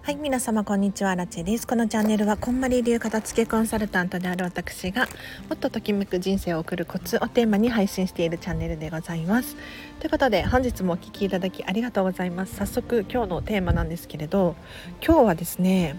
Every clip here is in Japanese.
はい、皆様こんにちは、ラチェです。このチャンネルはこんまり流片付けコンサルタントである私がもっとときめく人生を送るコツをテーマに配信しているチャンネルでございます。ということで本日もお聞きいただきありがとうございます。早速今日のテーマなんですけれど、今日はですね、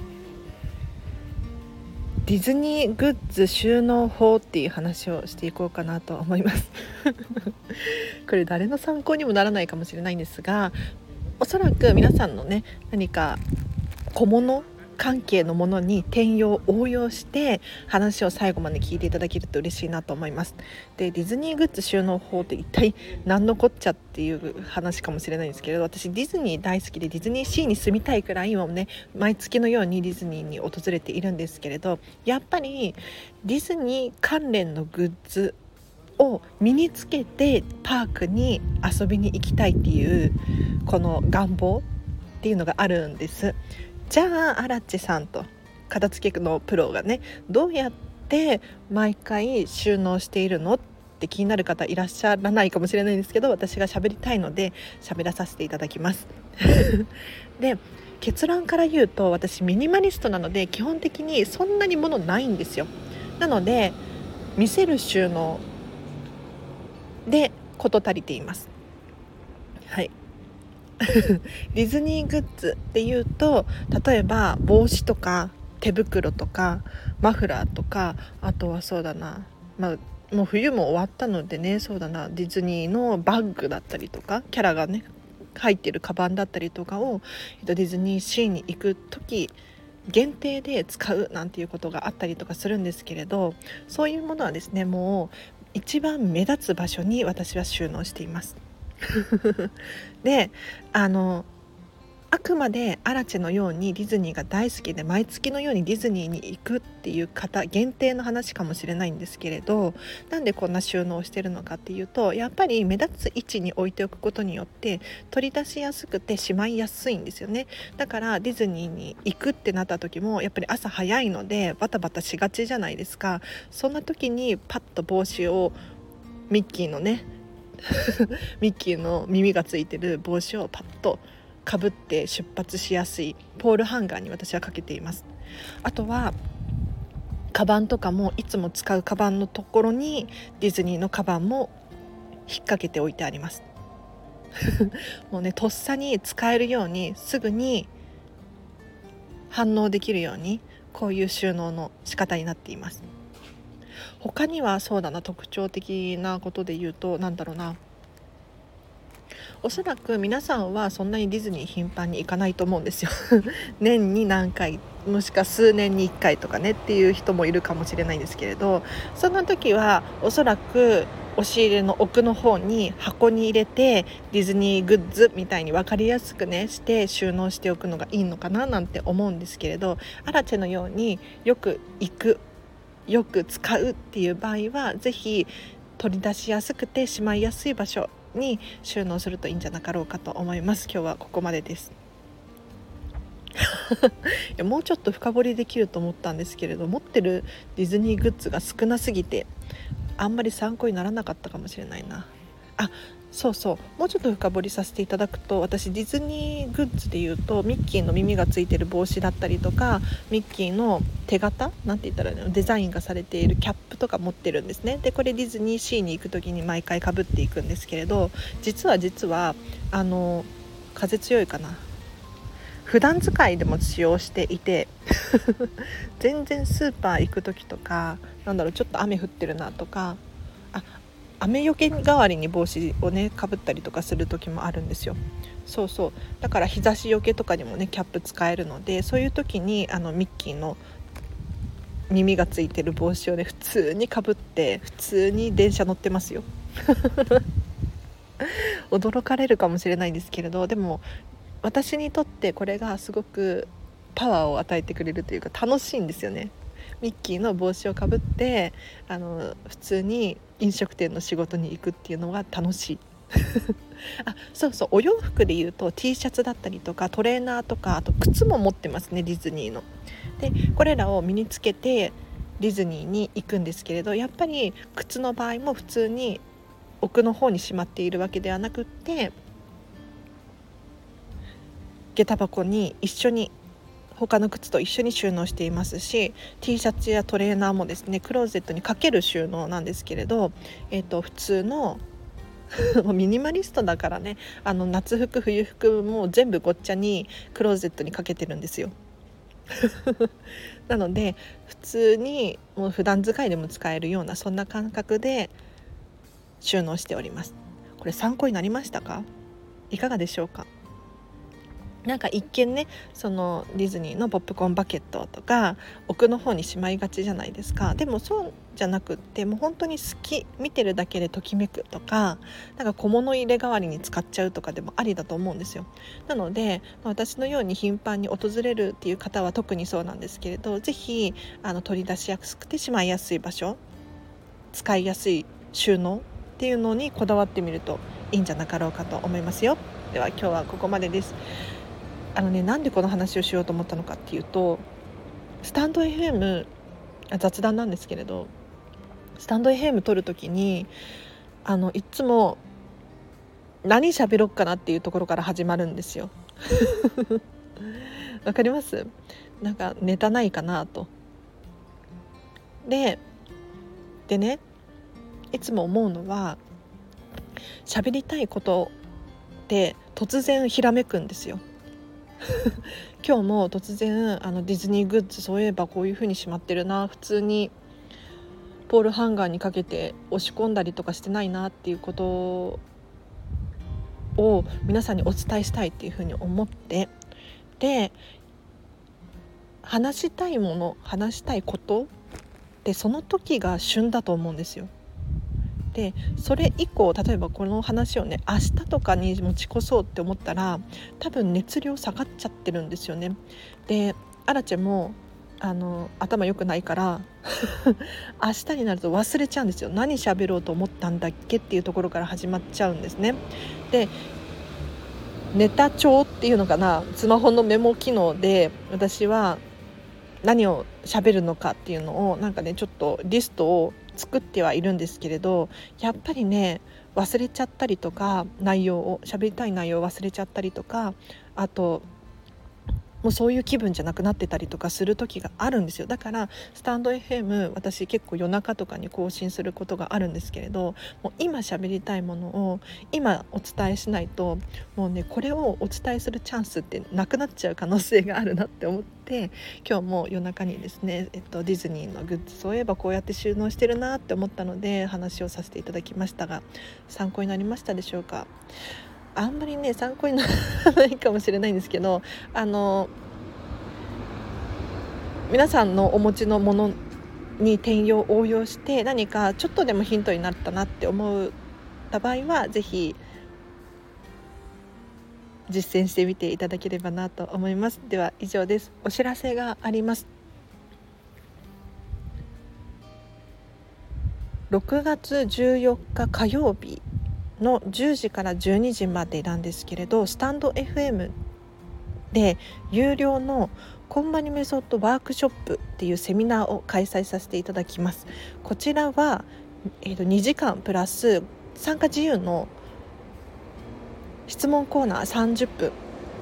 ディズニーグッズ収納法っていう話をしていこうかなと思いますこれ誰の参考にもならないかもしれないんですが、おそらく皆さんのね、何か小物関係のものに転用応用して話を最後まで聞いていただけると嬉しいなと思います。で、ディズニーグッズ収納法って一体何のこっちゃっていう話かもしれないんですけれど、私ディズニー大好きでディズニーシーに住みたいくらい今もね、毎月のようにディズニーに訪れているんですけれど、やっぱりディズニー関連のグッズを身につけてパークに遊びに行きたいっていうこの願望っていうのがあるんです。じゃあアラッチさんと片付けのプロがね、どうやって毎回収納しているのって気になる方いらっしゃらないかもしれないんですけど、私が喋りたいので喋らさせていただきますで、結論から言うと私ミニマリストなので基本的にそんなに物ないんですよ。なので見せる収納で事足りています。はい。ディズニーグッズっていうと、例えば帽子とか手袋とかマフラーとか、あとはそうだな、もう冬も終わったのでね、そうだな、ディズニーのバッグだったりとかキャラがね入ってるカバンだったりとかを、ディズニーシーに行く時限定で使うなんていうことがあったりとかするんですけれど、そういうものはですね、もう一番目立つ場所に私は収納していますで、あくまでアラチェのようにディズニーが大好きで毎月のようにディズニーに行くっていう方限定の話かもしれないんですけれど、なんでこんな収納をしてるのかっていうと、やっぱり目立つ位置に置いておくことによって取り出しやすくてしまいやすいんですよね。だからディズニーに行くってなった時もやっぱり朝早いのでバタバタしがちじゃないですか。そんな時にパッと帽子をミッキーのねミッキーの耳がついてる帽子をパッとかぶって出発しやすいポールハンガーに私はかけています。あとはカバンとかもいつも使うカバンのところにディズニーのカバンも引っ掛けておいてありますもうね、とっさに使えるようにすぐに反応できるようにこういう収納の仕方になっています。他にはそうだな、特徴的なことで言うと、なんだろうな、おそらく皆さんはそんなにディズニー頻繁に行かないと思うんですよ年に何回もしくは数年に1回とかねっていう人もいるかもしれないんですけれど、そんな時はおそらく押し入れの奥の方に箱に入れてディズニーグッズみたいに分かりやすくねして収納しておくのがいいのかななんて思うんですけれど、アラチェのようによく行く、よく使うっていう場合はぜひ取り出しやすくてしまいやすい場所に収納するといいんじゃなかろうかと思います。今日はここまでですいや、もうちょっと深掘りできると思ったんですけれど、持ってるディズニーグッズが少なすぎてあんまり参考にならなかったかもしれないな。あ、そうそう、もうちょっと深掘りさせていただくと、私ディズニーグッズでいうとミッキーの耳がついてる帽子だったりとか、ミッキーの手形なんて言ったらいいの、デザインがされているキャップとか持ってるんですね。でこれディズニーシーに行く時に毎回かぶっていくんですけれど、実は風強いかな、普段使いでも使用していて全然スーパー行く時とか、なんだろう、ちょっと雨降ってるなとか、雨よけ代わりに帽子をねかぶったりとかする時もあるんですよ。そうそう、だから日差しよけとかにもねキャップ使えるので、そういう時にミッキーの耳がついてる帽子をね普通にかぶって普通に電車乗ってますよ驚かれるかもしれないんですけれど、でも私にとってこれがすごくパワーを与えてくれるというか楽しいんですよね。ミッキーの帽子をかぶって普通に飲食店の仕事に行くっていうのが楽しいそうそう、お洋服でいうと T シャツだったりとかトレーナーとか、あと靴も持ってますね、ディズニーの。でこれらを身につけてディズニーに行くんですけれど、やっぱり靴の場合も普通に奥の方にしまっているわけではなくって、 下駄箱に一緒に他の靴と一緒に収納していますし、 T シャツやトレーナーもですねクローゼットにかける収納なんですけれど、普通のもうミニマリストだからね、夏服冬服も全部ごっちゃにクローゼットにかけてるんですよなので普通にもう普段使いでも使えるようなそんな感覚で収納しております。これ参考になりましたか？いかがでしょうか？なんか一見ね、そのディズニーのポップコーンバケットとか奥の方にしまいがちじゃないですか。でもそうじゃなくって、もう本当に好き、見てるだけでときめくとか、なんか小物入れ代わりに使っちゃうとかでもありだと思うんですよ。なので私のように頻繁に訪れるっていう方は特にそうなんですけれど、ぜひ取り出しやすくてしまいやすい場所、使いやすい収納っていうのにこだわってみるといいんじゃなかろうかと思いますよ。では今日はここまでです。なんでこの話をしようと思ったのかっていうと、スタンド FM、雑談なんですけれど、スタンド FM 撮るときにいつも何喋ろっかなっていうところから始まるんですよわかります？なんかネタないかなと。でね、いつも思うのは、喋りたいことって突然ひらめくんですよ今日も突然ディズニーグッズ、そういえばこういう風にしまってるな、普通にポールハンガーにかけて押し込んだりとかしてないなっていうことを皆さんにお伝えしたいっていう風に思って、で話したいもの、話したいことってその時が旬だと思うんですよ。でそれ以降、例えばこの話をね明日とかに持ち越そうって思ったら多分熱量下がっちゃってるんですよね。でアラチェも頭良くないから明日になると忘れちゃうんですよ。何喋ろうと思ったんだっけっていうところから始まっちゃうんですね。でネタ帳っていうのかな、スマホのメモ機能で私は何を喋るのかっていうのをなんかねちょっとリストを作ってはいるんですけれど、やっぱりね忘れちゃったりとか、喋りたい内容を忘れちゃったりとか、あともうそういう気分じゃなくなってたりとかする時があるんですよ。だからスタンド FM 私結構夜中とかに更新することがあるんですけれど、もう今喋りたいものを今お伝えしないと、もうねこれをお伝えするチャンスってなくなっちゃう可能性があるなって思って、今日も夜中にですね、ディズニーのグッズ、そういえばこうやって収納してるなって思ったので話をさせていただきましたが、参考になりましたでしょうか？あんまりね参考にならないかもしれないんですけど、皆さんのお持ちのものに転用応用して何かちょっとでもヒントになったなって思った場合はぜひ実践してみていただければなと思います。では以上です。お知らせがあります。6月14日火曜日の10時から12時までなんですけれど、スタンド FM で有料のこんまりメソッドワークショップっていうセミナーを開催させていただきます。こちらは、2時間プラス参加自由の質問コーナー30分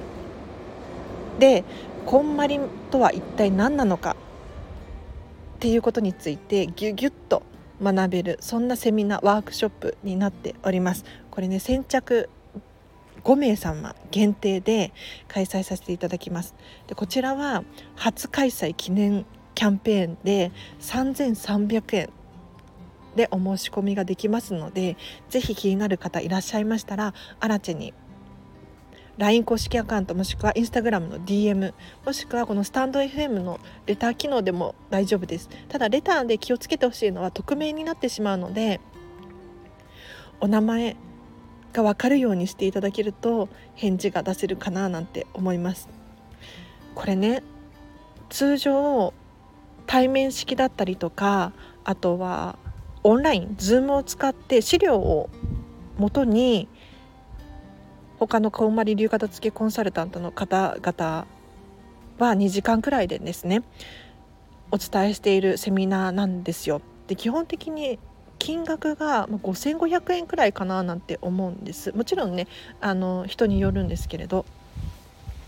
で、こんまりとは一体何なのかっていうことについてギュギュッと学べる、そんなセミナーワークショップになっております。これね先着5名様限定で開催させていただきます。でこちらは初開催記念キャンペーンで3300円でお申し込みができますので、ぜひ気になる方いらっしゃいましたらアラチェに LINE 公式アカウント、もしくは Instagram の DM、 もしくはこのスタンド FM のレター機能でも大丈夫です。ただレターで気をつけてほしいのは匿名になってしまうので、お名前が分かるようにしていただけると返事が出せるかななんて思います。これね通常対面式だったりとか、あとはオンライン Zoom を使って資料を元に他のこんまり流片付けコンサルタントの方々は2時間くらいでですねお伝えしているセミナーなんですよ。で基本的に金額が5500円くらいかななんて思うんです。もちろんね人によるんですけれど、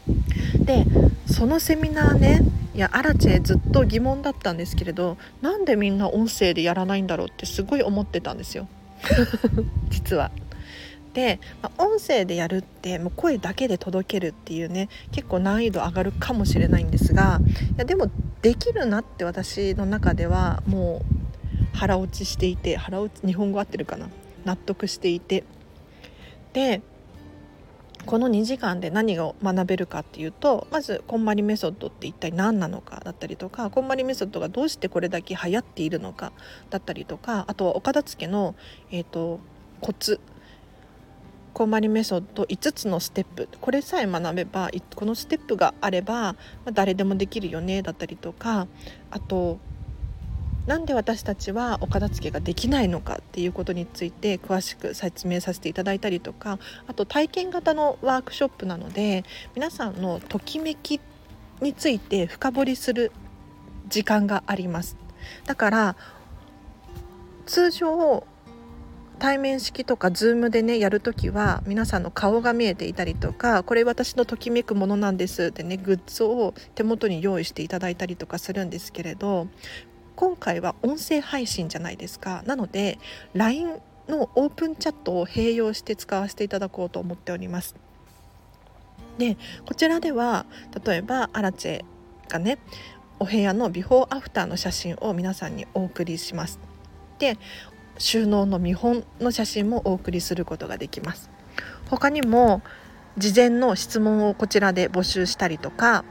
でそのセミナーね、いやアラチェずっと疑問だったんですけれど、なんでみんな音声でやらないんだろうってすごい思ってたんですよ実は。で、音声でやるってもう声だけで届けるっていうね、結構難易度上がるかもしれないんですが、いやでもできるなって私の中ではもう腹落ちしていて、日本語合ってるかな、納得していて、でこの2時間で何を学べるかっていうと、まずこんまりメソッドって一体何なのかだったりとか、こんまりメソッドがどうしてこれだけ流行っているのかだったりとか、あとはお片付けの、コツ、こんまりメソッド5つのステップ、これさえ学べば、このステップがあれば、誰でもできるよねだったりとか、あとなんで私たちはお片付けができないのかっていうことについて詳しく説明させていただいたりとか、あと体験型のワークショップなので、皆さんのときめきについて深掘りする時間があります。だから通常対面式とかズームでねやるときは、皆さんの顔が見えていたりとか、これ私のときめくものなんですってね、グッズを手元に用意していただいたりとかするんですけれど、今回は音声配信じゃないですか。なので LINE のオープンチャットを併用して使わせていただこうと思っております。でこちらでは例えばアラチェがね、お部屋のビフォーアフターの写真を皆さんにお送りします。で収納の見本の写真もお送りすることができます。他にも事前の質問をこちらで募集したりとか、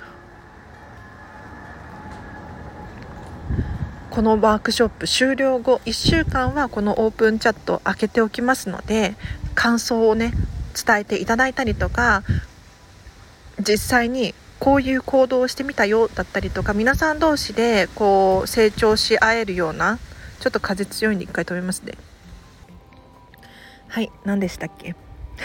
このワークショップ終了後1週間はこのオープンチャットを開けておきますので、感想をね伝えていただいたりとか、実際にこういう行動をしてみたよだったりとか、皆さん同士でこう成長し合えるような、ちょっと風強いんで一回止めますね。はい、何でしたっけ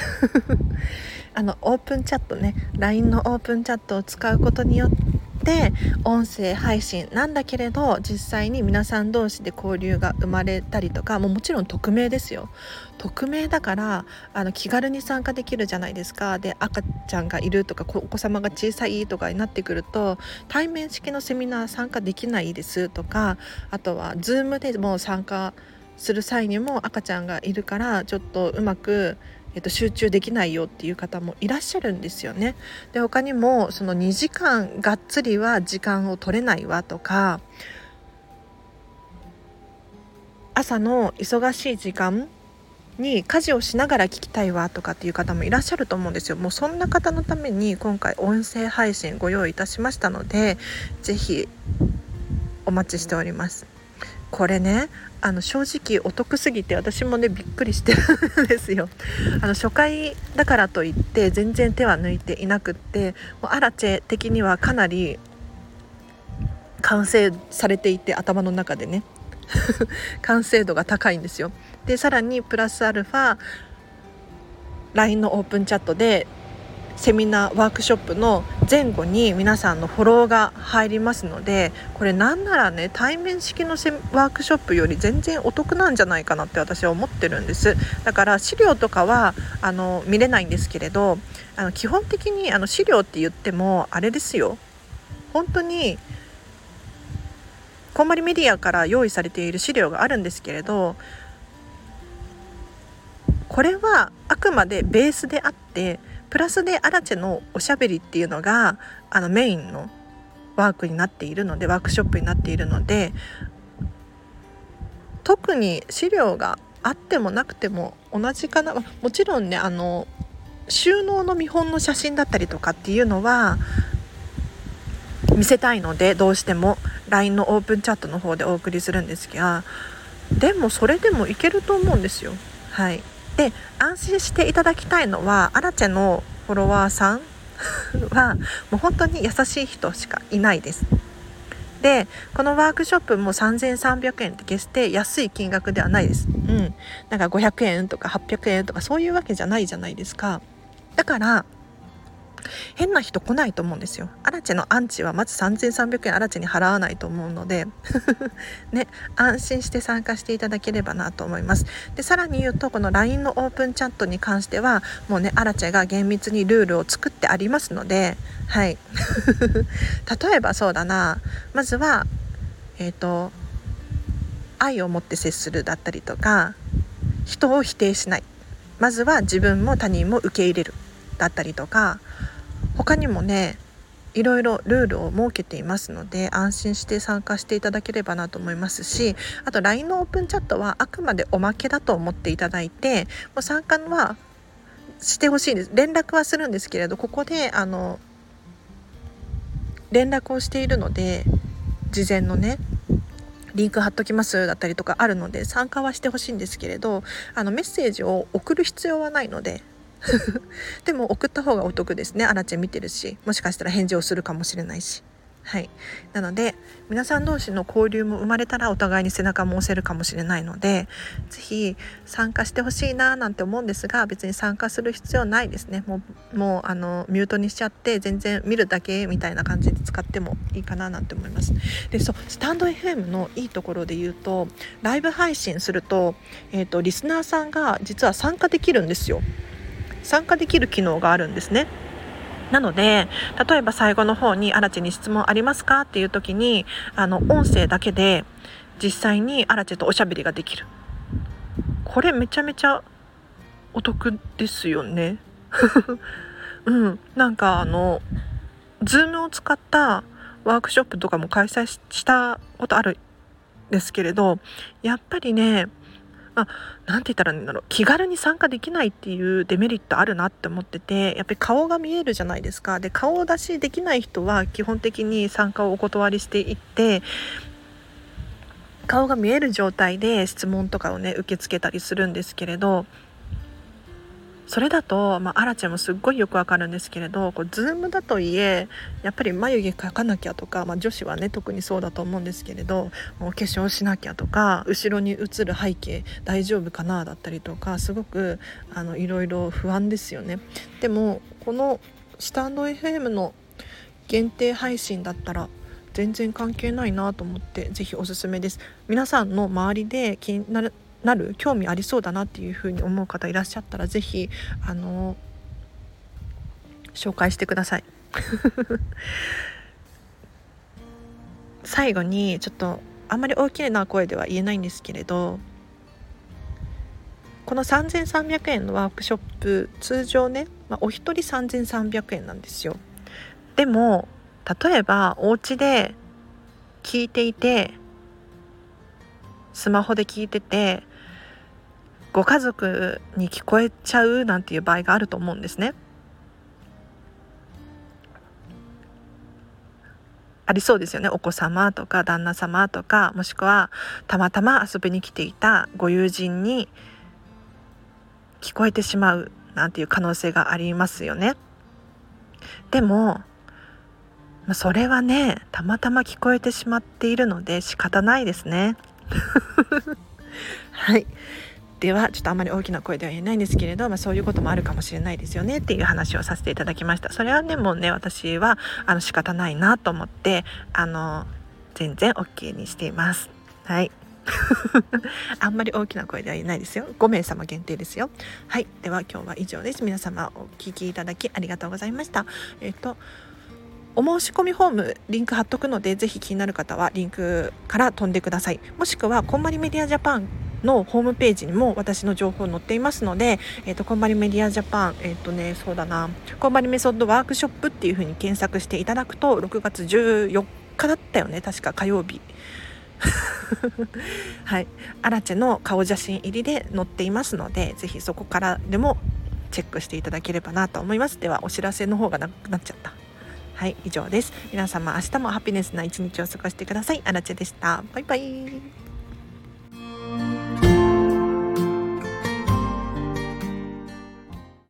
オープンチャットね、 LINE のオープンチャットを使うことによって音声配信なんだけれど、実際に皆さん同士で交流が生まれたりとか、もちろん匿名ですよ。匿名だから気軽に参加できるじゃないですか。で赤ちゃんがいるとかお子様が小さいとかになってくると、対面式のセミナー参加できないですとか、あとは Zoom でも参加する際にも赤ちゃんがいるからちょっとうまく集中できないよっていう方もいらっしゃるんですよね。で他にもその2時間がっつりは時間を取れないわとか、朝の忙しい時間に家事をしながら聞きたいわとかっていう方もいらっしゃると思うんですよ。もうそんな方のために今回音声配信ご用意いたしましたので、ぜひお待ちしております。これね正直お得すぎて私もねびっくりしてるんですよ。初回だからといって全然手は抜いていなくって、もうアラチェ的にはかなり完成されていて、頭の中でね完成度が高いんですよ。でさらにプラスアルファ LINE のオープンチャットでセミナーワークショップの前後に皆さんのフォローが入りますので、これなんならね対面式のワークショップより全然お得なんじゃないかなって私は思ってるんです。だから資料とかは見れないんですけれど、基本的に資料って言ってもあれですよ、本当にこんまりメディアから用意されている資料があるんですけれど、これはあくまでベースであって、プラスでアラチェのおしゃべりっていうのがメインのワークになっているので、ワークショップになっているので、特に資料があってもなくても同じかな。もちろんね収納の見本の写真だったりとかっていうのは見せたいので、どうしても LINE のオープンチャットの方でお送りするんですが、でもそれでもいけると思うんですよ。はい。で安心していただきたいのは、アラチェのフォロワーさんはもう本当に優しい人しかいないです。でこのワークショップも3300円って決して安い金額ではないです。なんか500円とか800円とかそういうわけじゃないじゃないですか。だから変な人来ないと思うんですよ。アラチェのアンチはまず3300円アラチェに払わないと思うのでね、安心して参加していただければなと思います。でさらに言うと、この LINE のオープンチャットに関してはもうね、アラチェが厳密にルールを作ってありますので、はい例えばそうだな、まずは愛を持って接するだったりとか、人を否定しない、まずは自分も他人も受け入れるだったりとか、他にもね、いろいろルールを設けていますので、安心して参加していただければなと思いますし、あと LINE のオープンチャットはあくまでおまけだと思っていただいて、もう参加はしてほしいです。連絡はするんですけれど、ここで連絡をしているので、事前のねリンク貼っときますだったりとかあるので、参加はしてほしいんですけれど、メッセージを送る必要はないのででも送った方がお得ですね。アラチェ見てるし、もしかしたら返事をするかもしれないし、はい、なので皆さん同士の交流も生まれたらお互いに背中も押せるかもしれないので、ぜひ参加してほしいななんて思うんですが、別に参加する必要ないですね。もうミュートにしちゃって全然見るだけみたいな感じで使ってもいいかななんて思います。でスタンド FM のいいところで言うと、ライブ配信すると、リスナーさんが実は参加できるんですよ。参加できる機能があるんですね。なので例えば最後の方にアラチェに質問ありますかっていう時に音声だけで実際にアラチェとおしゃべりができる。これめちゃめちゃお得ですよねなんかZoom を使ったワークショップとかも開催したことあるんですけれど、やっぱりね、なんて言ったらいいんだろう、気軽に参加できないっていうデメリットあるなって思ってて、やっぱり顔が見えるじゃないですか。で顔出しできない人は基本的に参加をお断りしていって、顔が見える状態で質問とかをね受け付けたりするんですけれど、それだと、アラチェもすっごいよくわかるんですけれど、Zoom だといえやっぱり眉毛描かなきゃとか、女子はね特にそうだと思うんですけれど、もう化粧しなきゃとか、後ろに映る背景大丈夫かなだったりとか、すごくいろいろ不安ですよね。でもこのスタンド FM の限定配信だったら全然関係ないなと思って、ぜひおすすめです。皆さんの周りで気になる興味ありそうだなっていうふうに思う方いらっしゃったら、ぜひ紹介してください最後にちょっとあんまり大きな声では言えないんですけれど、この3300円のワークショップ、通常ね、お一人3300円なんですよ。でも例えばお家で聞いていて、スマホで聞いててご家族に聞こえちゃうなんていう場合があると思うんですね。ありそうですよね。お子様とか旦那様とか、もしくはたまたま遊びに来ていたご友人に聞こえてしまうなんていう可能性がありますよね。でもそれはね、たまたま聞こえてしまっているので仕方ないですねはい、ではちょっとあまり大きな声では言えないんですけれど、そういうこともあるかもしれないですよねっていう話をさせていただきました。それはねもうね、私は仕方ないなと思って全然 OK にしています。はいあんまり大きな声では言えないですよ。5名様限定ですよ。はい、では今日は以上です。皆様お聞きいただきありがとうございました。お申し込みフォームリンク貼っとくので、ぜひ気になる方はリンクから飛んでください。もしくはこんまりメディアジャパンのホームページにも私の情報載っていますので、こんまりメディアジャパンそうだな、こんまりメソッドワークショップっていう風に検索していただくと、6月14日だったよね、確か火曜日はい、アラチェの顔写真入りで載っていますので、ぜひそこからでもチェックしていただければなと思います。ではお知らせの方がなくなっちゃった。はい、以上です。皆様明日もハピネスな一日を過ごしてください。アラチェでした。バイバイ。